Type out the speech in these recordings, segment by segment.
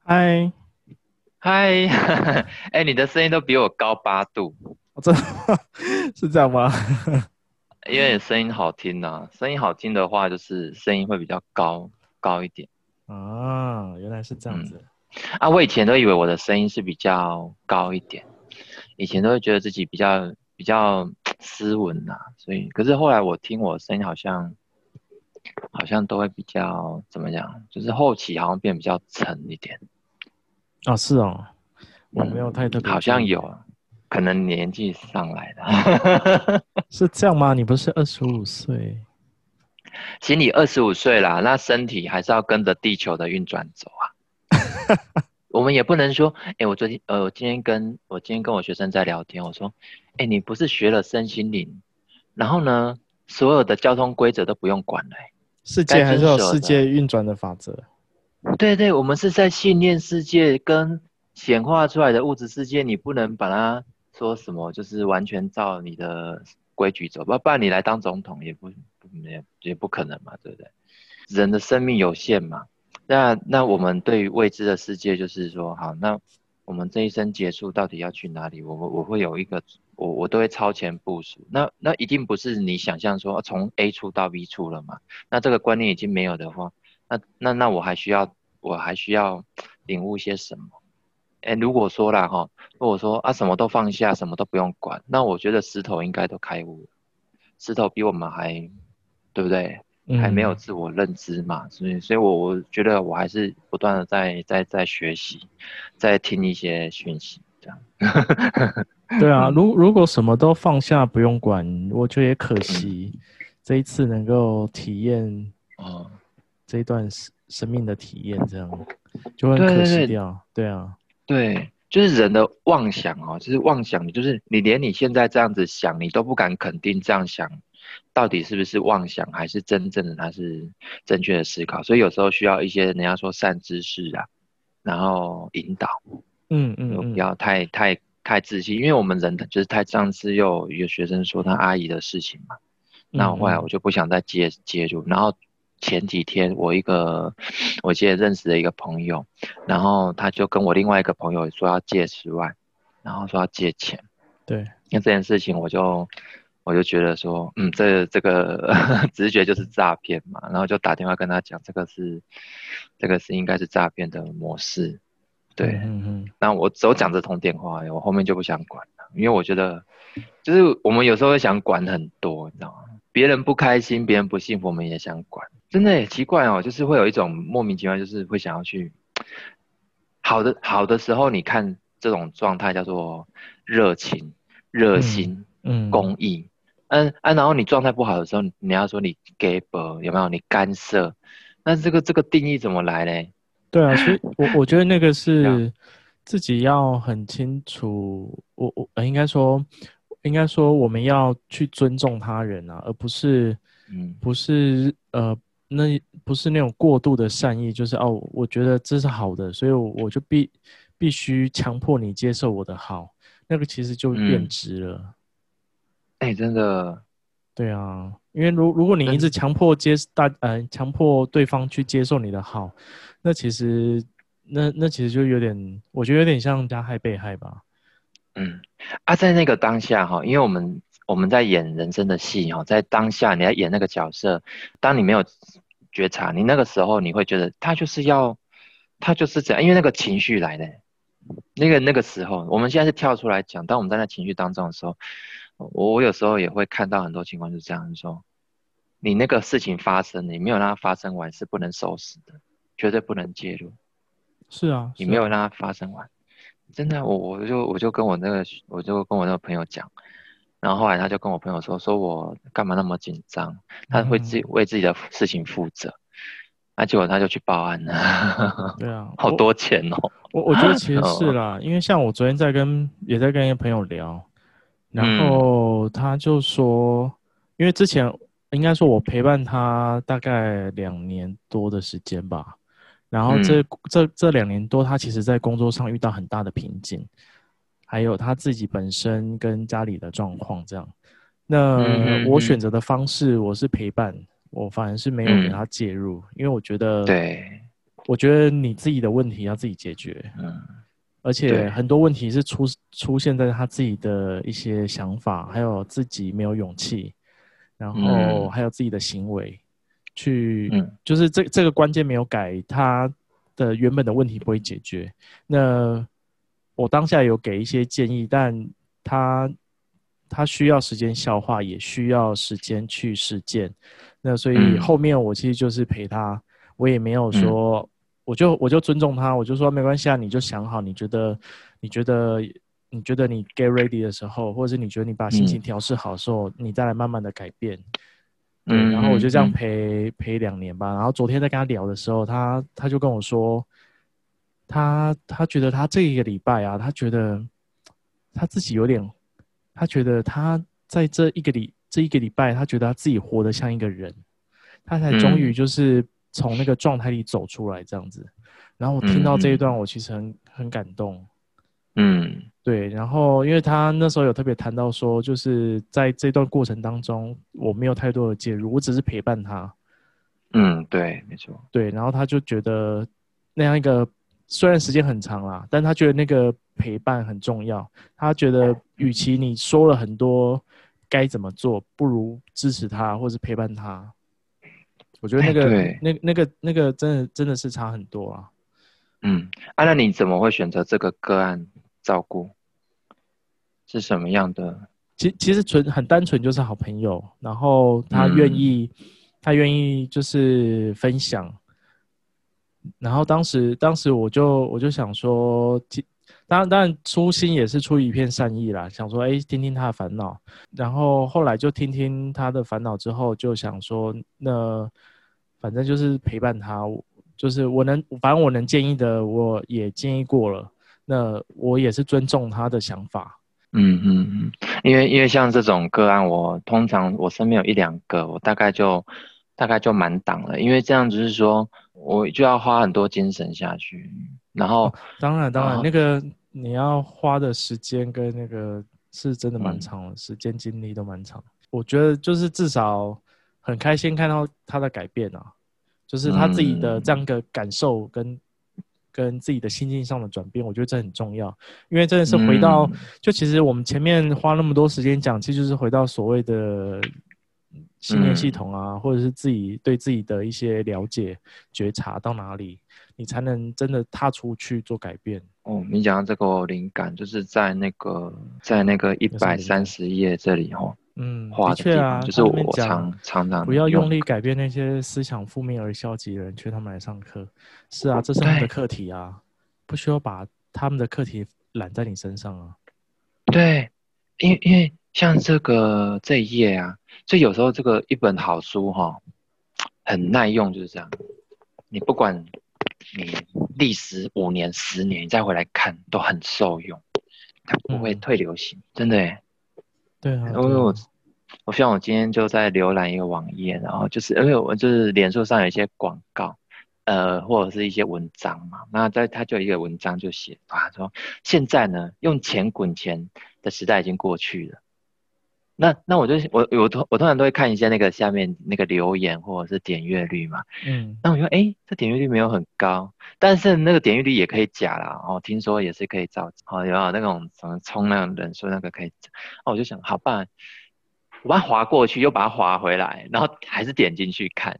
嗨， 嗨，哎，你的声音都比我高8度， 真的吗是这样吗？ 因为你声音好听呐、声音好听的话，就是声音会比较高一点。 啊，原来是这样嗯， 子。 啊，我以前都以为我的声音是比较高一点，以前都会觉得自己比较斯文呐、所以，可是后来我听我的声音好像都会比较怎么讲，就是后期好像变比较沉一点。 哦，是哦，我没有太嗯， 特别好注意。 像有，可能年纪上来的。 是这样吗？你不是25岁？ 其实你25岁啦，那身体还是要跟着地球的运转走啊。我们也不能说，哎，我今天跟我学生在聊天，我说，哎，你不是学了身心灵，然后呢，所有的交通规则都不用管了， 世界还是该遵有世界守的， 运转的法则。 对对，我们是在信念世界跟显化出来的物质世界，你不能把它说什么，就是完全照你的规矩走，不然你来当总统也不可能嘛，对不对？人的生命有限嘛，那我们对于未知的世界，就是说，好，那我们这一生结束到底要去哪里？我会有一个，我都会超前部署。那一定不是你想象说从 A 处到 B 处了嘛？那这个观念已经没有的话，那我还需要领悟些什么？哎，如果说啦哈，如果说啊什么都放下，什么都不用管，那我觉得石头应该都开悟了，石头比我们还，对不对？还没有嗯， 自我认知嘛，所以我觉得我还是不断的在学习，在听一些讯息，这样。 对啊， 嗯如果什么都放下不用管，我觉得也可嗯惜。这一次能够体验哦， 这一段生命的体验，这样就会很可对对对惜掉。对啊， 对，就是人的妄想哦，就是妄想，就是你连你现在这样子想，你都不敢肯定这样想，到底是不是妄想，还是真正的它是正确的思考？所以有时候需要一些人家说善知识啊，然后引导。 嗯嗯嗯就不要太自信，因为我们人就是太上次又有一个学生说他阿姨的事情嘛，那我后来嗯嗯， 我就不想再介入，然后前几天我记得认识的一个朋友，然后他就跟我另外一个朋友说要借10万，然后说要借钱， 对， 那这件事情我就觉得说，这个直觉就是诈骗嘛，然后就打电话跟他讲，这个是应该是诈骗的模式， 嗯对。 嗯嗯。 那我只有讲这通电话而已，我后面就不想管了，因为我觉得，就是我们有时候会想管很多，你知道吗？别人不开心，别人不幸福，我们也想管，真的也奇怪哦，就是会有一种莫名其妙，就是会想要去好的时候，你看这种状态叫做热情、热嗯心、 嗯， 公益，然后你状态不好的时候，你要说你给薄有没有？你干涉，那这个定义怎么来嘞？ 对啊，所以我觉得那个这样， 是自己要很清楚，应该说我们要去尊重他人啊，而不是嗯不是那不是那种过度的善意，就是哦，我觉得这是好的，所以我就必须强迫你接受我的好，那个其实就变嗯， 质了。 哎，真的。 对啊，因为如果你一直真强迫对方去接受你的好，那其实那其实就有点，我觉得有点像加害被害吧。 嗯在那个当下哈，因为我们在演人生的戏哈，在当下你在演那个角色，当你没有觉察，你那个时候你会觉得他就是这样，因为那个情绪来的，那个时候，我们现在是跳出来讲，当我们在那情绪当中的时候，我有时候也会看到很多情况是这样，就是说你那个事情发生，你没有让它发生完是不能收拾的，绝对不能介入， 是啊，是啊， 你没有让它发生完。真的，我就跟我那个朋友讲，然后后来他就跟我朋友说我干嘛那么紧张，他会自己嗯， 为自己的事情负责，那结果他就去报案了， 对啊， 好多钱哦， 我觉得其实是哦， 啦，因为像我昨天也在跟一个朋友聊，然嗯后他就说，因为之前应该说我陪伴他大概2年多的时间吧。然后嗯这2年多，他其实在工作上遇到很大的瓶颈，还有他自己本身跟家里的状况这样。 嗯那我选嗯嗯择的方式，我是陪伴，我反而是没有给他嗯， 介入，因为我觉得对， 我觉得你自己的问题要自己解决，而且对很多问题是出现在他自己的一些想法，还有自己没有勇气，然后还有自己的行为，就是这个关键没有改，他的原本的问题不会解决。那我当下有给一些建议，但他需要时间消化，也需要时间去实践。那所以后面我其实就是陪他，我也没有说，我就尊重他，我就说没关系啊，你就想好，你觉得你 get ready 的时候，或者是你觉得你把心情调试好的时候，你再来慢慢的改变。对，然后我就这样陪2年吧。然后昨天在跟他聊的时候，他就跟我说，他觉得他这一个礼拜啊，他觉得他自己有点，他觉得他在这一个礼拜，他觉得他自己活得像一个人，他才终于就是从那个状态里走出来这样子。然后我听到这一段，我其实很感动。对，然后因为他那时候有特别谈到说，就是在这段过程当中，我没有太多的介入，我只是陪伴他。 对，没错。 对，然后他就觉得那样一个虽然时间很长啦，但他觉得那个陪伴很重要。他觉得与其你说了很多该怎么做，不如支持他或是陪伴他。我觉得那个真的是差很多啊。 那你怎么会选择这个个案照顾？是什么样的？ 其实很单纯，就是好朋友，然后他愿意就是分享。然后当时我就想说，当然初心也是出于一片善意啦，想说听听他的烦恼。然后后来就听听他的烦恼之后，就想说那反正就是陪伴他，就是反正我能建议的我也建议过了，那我也是尊重他的想法。 因为像这种个案，通常我身边有1-2个，我大概就满档了，因为这样就是说我就要花很多精神下去，然后当然那个你要花的时间跟那个是真的蛮长的，时间精力都蛮长。我觉得就是至少很开心看到他的改变啊，就是他自己的这样一个感受跟自己的心境上的转变，我觉得这很重要。因为真的是回到，就其实我们前面花那么多时间讲，其实就是回到所谓的信念系统啊，或者是自己对自己的一些了解、觉察到哪里，你才能真的踏出去做改变。 你讲到这个灵感，就是在那个130页这里画的地方，就是我常不要用力改变那些思想负面而消极的人，劝他们来上课。是啊，这是他们的课题啊，不需要把他们的课题揽在你身上啊。 对，因为像这一页啊，所以有时候这个一本好书很耐用，就是这样。你不管你历时5年、10年，你再回来看都很受用，它不会退流行，真的耶。 对啊， 因为我希望我今天就在浏览一个网页，然后就是因为我就是脸书上有一些广告，或者是一些文章嘛，那他就有一个文章就写说现在呢用钱滚钱的时代已经过去了。那我通常都会看一下那个下面那个留言或者是点阅率嘛，那我说这点阅率没有很高，但是那个点阅率也可以假啦，听说也是可以造假，有那种什么冲那种人数那个可以假，我就想好办，我把它滑过去又把它滑回来，然后还是点进去看，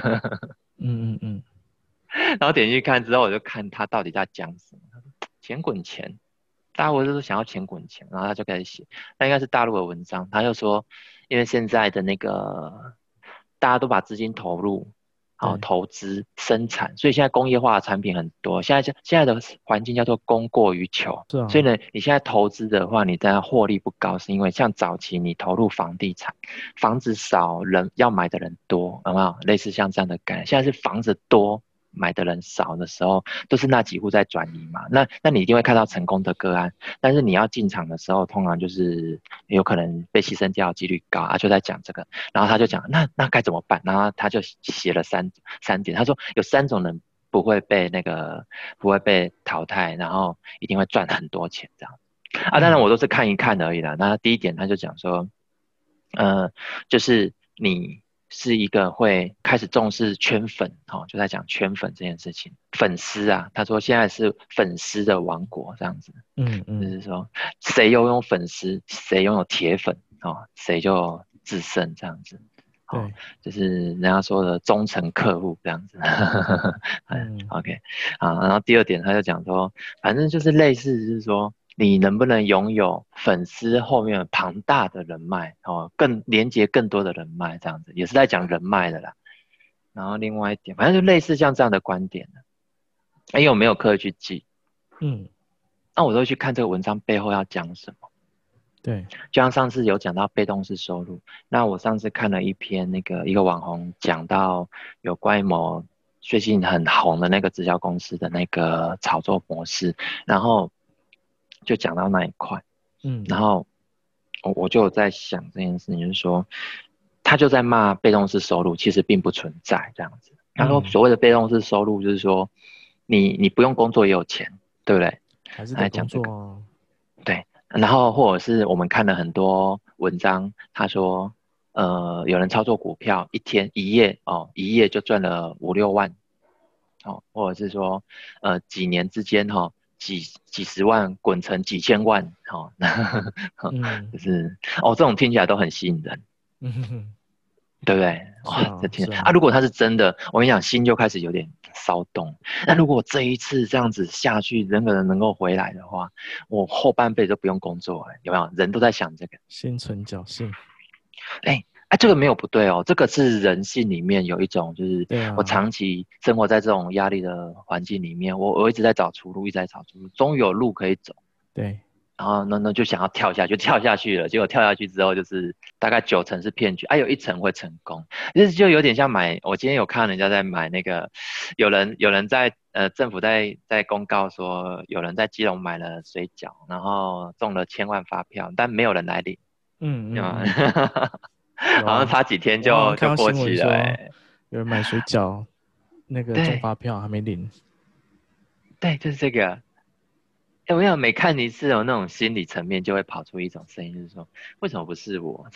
然后点进去看之后我就看他到底在讲什么，钱滚钱。大家都是想要钱滚钱，然后他就开始写，那应该是大陆的文章。他就说，因为现在的那个大家都把资金投入，投资生产，所以现在工业化的产品很多。现在的环境叫做供过于求，所以呢，你现在投资的话，你在获利不高，是因为像早期你投入房地产，房子少，人要买的人多，有没有？类似像这样的概念。现在是房子多，买的人少的时候，都是那几户在转移嘛。那你一定会看到成功的个案，但是你要进场的时候，通常就是有可能被牺牲掉，几率高就在讲这个。然后他就讲那该怎么办？然后他就写了三点，他说有3种人不会被淘汰，然后一定会赚很多钱这样。当然我都是看一看而已啦。那第一点他就讲说，就是是一个会开始重视圈粉，就在讲圈粉这件事情。粉丝啊，他说现在是粉丝的王国这样子，就是说谁拥有粉丝，谁拥有铁粉，谁就制胜这样子。 对， 就是人家说的忠诚客户这样子。OK， 然后第二点他就讲说，反正就是类似，就是说你能不能拥有粉丝后面庞大的人脉，更连接更多的人脉这样子，也是在讲人脉的啦。然后另外一点，反正就类似像这样的观点因为我没有刻意去记，那我都会去看这个文章背后要讲什么。 对， 就像上次有讲到被动式收入，那我上次看了一篇一个网红讲到有关于某最近很红的那个直销公司的那个炒作模式，然后就讲到那一块，然后我就有在想这件事情，就是说他就在骂被动式收入其实并不存在这样子。他说所谓的被动式收入就是说你不用工作也有钱，对不对？ 还是得工作啊。 对。然后或者是我们看了很多文章，他说有人操作股票一夜就赚了5、6万，或者是说几年之间几十万滚成几千万，就是这种听起来都很吸引人，对不对？这听如果他是真的，我跟你讲，心就开始有点骚动。那如果这一次这样子下去，人可能能够回来的话，我后半辈子都不用工作，有没有？人都在想这个， 心存侥幸。 这个没有不对哦，这个是人性里面有一种，就是我长期生活在这种压力的环境里面，我一直在找出路，终于有路可以走。 对。 然后那就想要跳下去了，结果跳下去之后就是大概90%是骗局，有1成会成功，就有点像我今天有看人家在买那个，有人在政府在公告说有人在基隆买了水饺，然后中了1000万发票，但没有人来领，好像差几天就过期了。 有人买水饺，那个中发票还没领。 对，就是这个。我想每看一次那种心理层面就会跑出一种声音，就是说为什么不是我？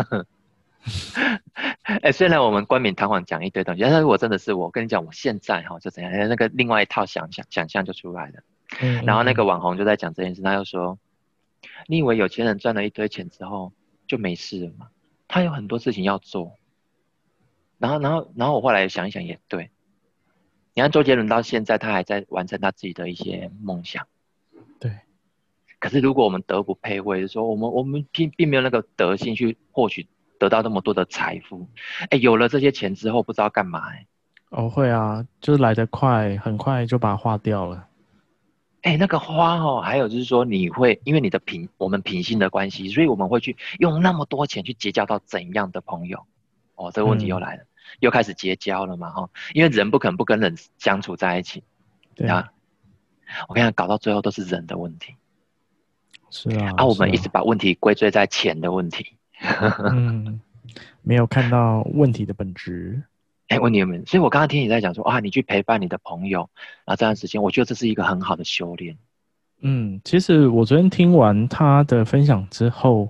虽然我们冠冕堂皇讲一堆东西，但是如果真的是我跟你讲，我现在就怎样，那个另外一套想象就出来了。然后那个网红就在讲这件事，他就说：你以为有钱人赚了一堆钱之后就没事了吗？他有很多事情要做。然后我后来想一想也对，你看周杰伦到现在他还在完成他自己的一些梦想。 对， 可是如果我们德不配位，就是说我们并没有那个德性去获取得到那么多的财富，有了这些钱之后不知道干嘛。 会啊，就是来得快，很快就把它花掉了。 那个花还有就是说你会因为我们品性的关系，所以我们会去用那么多钱去结交到怎样的朋友？这个问题又来了，又开始结交了嘛因为人不可能不跟人相处在一起， 对啊。 我跟你讲，搞到最后都是人的问题。 是啊。 我们一直把问题归罪在钱的问题。 没有看到问题的本质。 问题有没有？所以我刚刚听你在讲说你去陪伴你的朋友，然后这段时间，我觉得这是一个很好的修炼。 其实我昨天听完他的分享之后，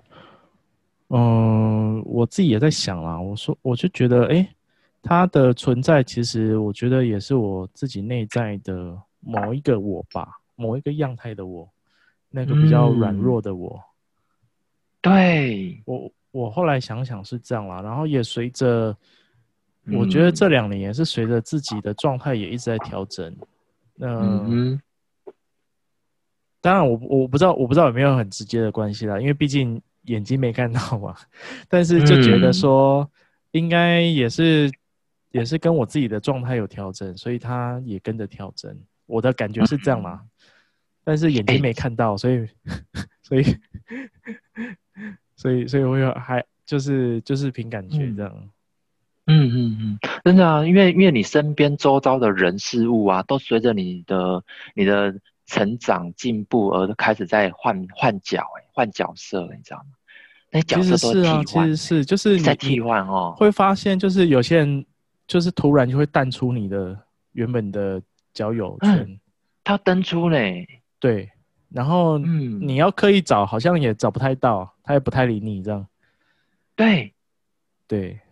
我自己也在想啦，我就觉得，他的存在其实我觉得也是我自己内在的某一个我吧，某一个样态的我，那个比较软弱的我。 对， 我后来想想是这样啦，然后也随着，我觉得这2年也是随着自己的状态也一直在调整。当然我不知道有没有很直接的关系啦，因为毕竟眼睛没看到嘛，但是就觉得说应该也是跟我自己的状态有调整，所以他也跟着调整，我的感觉是这样啦。但是眼睛没看到，所以我有还就是凭感觉这样。 真的啊，因为你身边周遭的人事物都随着你的成长进步而开始在换角色，你知道吗？那角色都替换。 其实是就是你在替换会发现就是有些人就是突然就会淡出你的原本的交友圈， 他登出呢。 对，然后你要刻意找，好像也找不太到，他也不太理你这样。 对，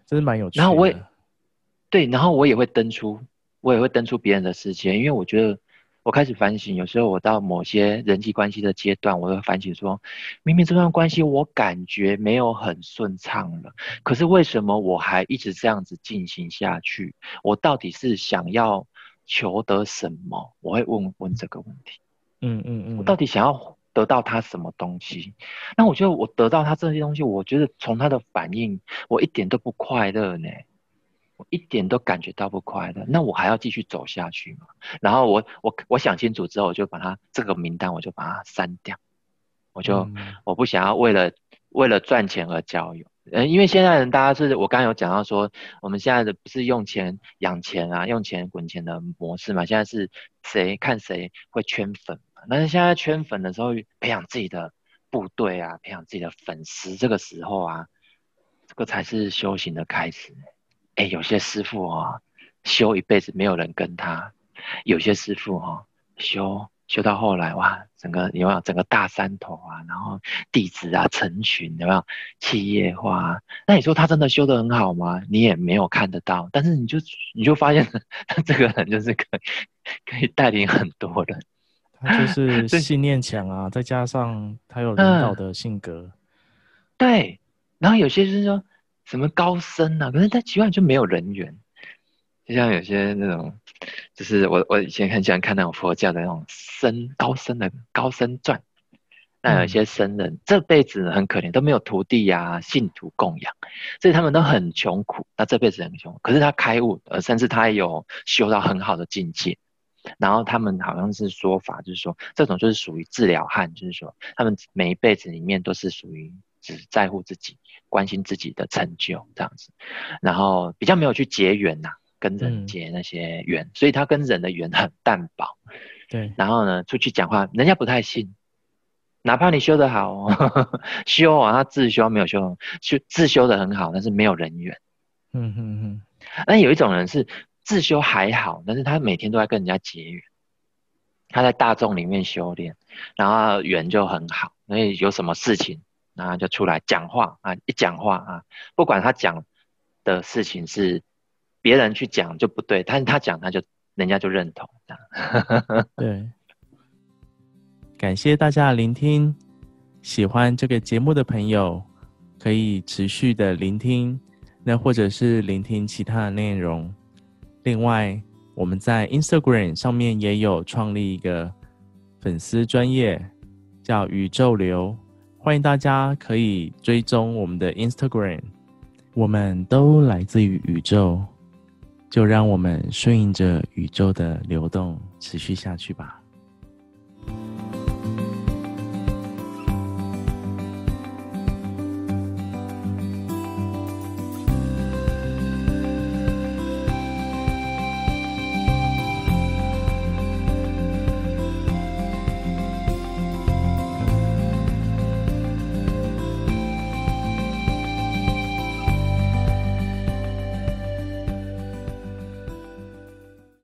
真是蛮有趣的。 然后然后我也会登出别人的世界，因为我觉得我开始反省，有时候我到某些人际关系的阶段，我会反省说，明明这段关系我感觉没有很顺畅了，可是为什么我还一直这样子进行下去？我到底是想要求得什么？我会问这个问题。我到底想要得到他什么东西？那我觉得我得到他这些东西，我觉得从他的反应，我一点都不快乐呢。我一点都感觉到不快乐，那我还要继续走下去吗？然后我想清楚之后，我就把他这个名单我就把它删掉，我不想要为了赚钱而交友。因为现在人大家是我刚刚有讲到说，我们现在的不是用钱养钱啊，用钱滚钱的模式嘛，现在是看谁会圈粉嘛。但是现在圈粉的时候，培养自己的部队啊，培养自己的粉丝，这个时候啊，这个才是修行的开始。有些师傅修一辈子没有人跟他，有些师傅修到后来哇，整个大山头啊，然后弟子啊成群，有没有企业化啊？那你说他真的修得很好吗？你也没有看得到，但是你就发现他这个人就是可以带领很多人， 他就是信念强啊，再加上他有领导的性格， 对。然后有些就是说什么高僧啊，可是他奇怪就没有人缘。就像有些那种，就是我以前很喜欢看那种佛教的那种高僧传。那有些僧人这辈子很可怜，都没有徒弟啊、信徒供养，所以他们都很穷苦。那这辈子很穷，可是他开悟，甚至他有修到很好的境界。然后他们好像是说法，就是说这种就是属于治疗汉，就是说他们每一辈子里面都是属于只在乎自己、关心自己的成就这样子，然后比较没有去结缘呐。跟人结那些缘，所以他跟人的缘很淡薄。 对， 然后呢，出去讲话，人家不太信，哪怕你修得好修他自修没有修，自修得很好，但是没有人缘。那有一种人是自修还好，但是他每天都在跟人家结缘，他在大众里面修炼，然后缘就很好，所以有什么事情，然后就出来讲话啊，一讲话啊，不管他讲的事情是别人去讲就不对，但是他讲人家就认同这样。 对，感谢大家的聆听。喜欢这个节目的朋友，可以持续的聆听，那或者是聆听其他的内容。另外，我们在 Instagram 上面也有创立一个粉丝专页，叫宇宙流，欢迎大家可以追踪我们的 Instagram。我们都来自于宇宙。就让我们顺应着宇宙的流动持续下去吧。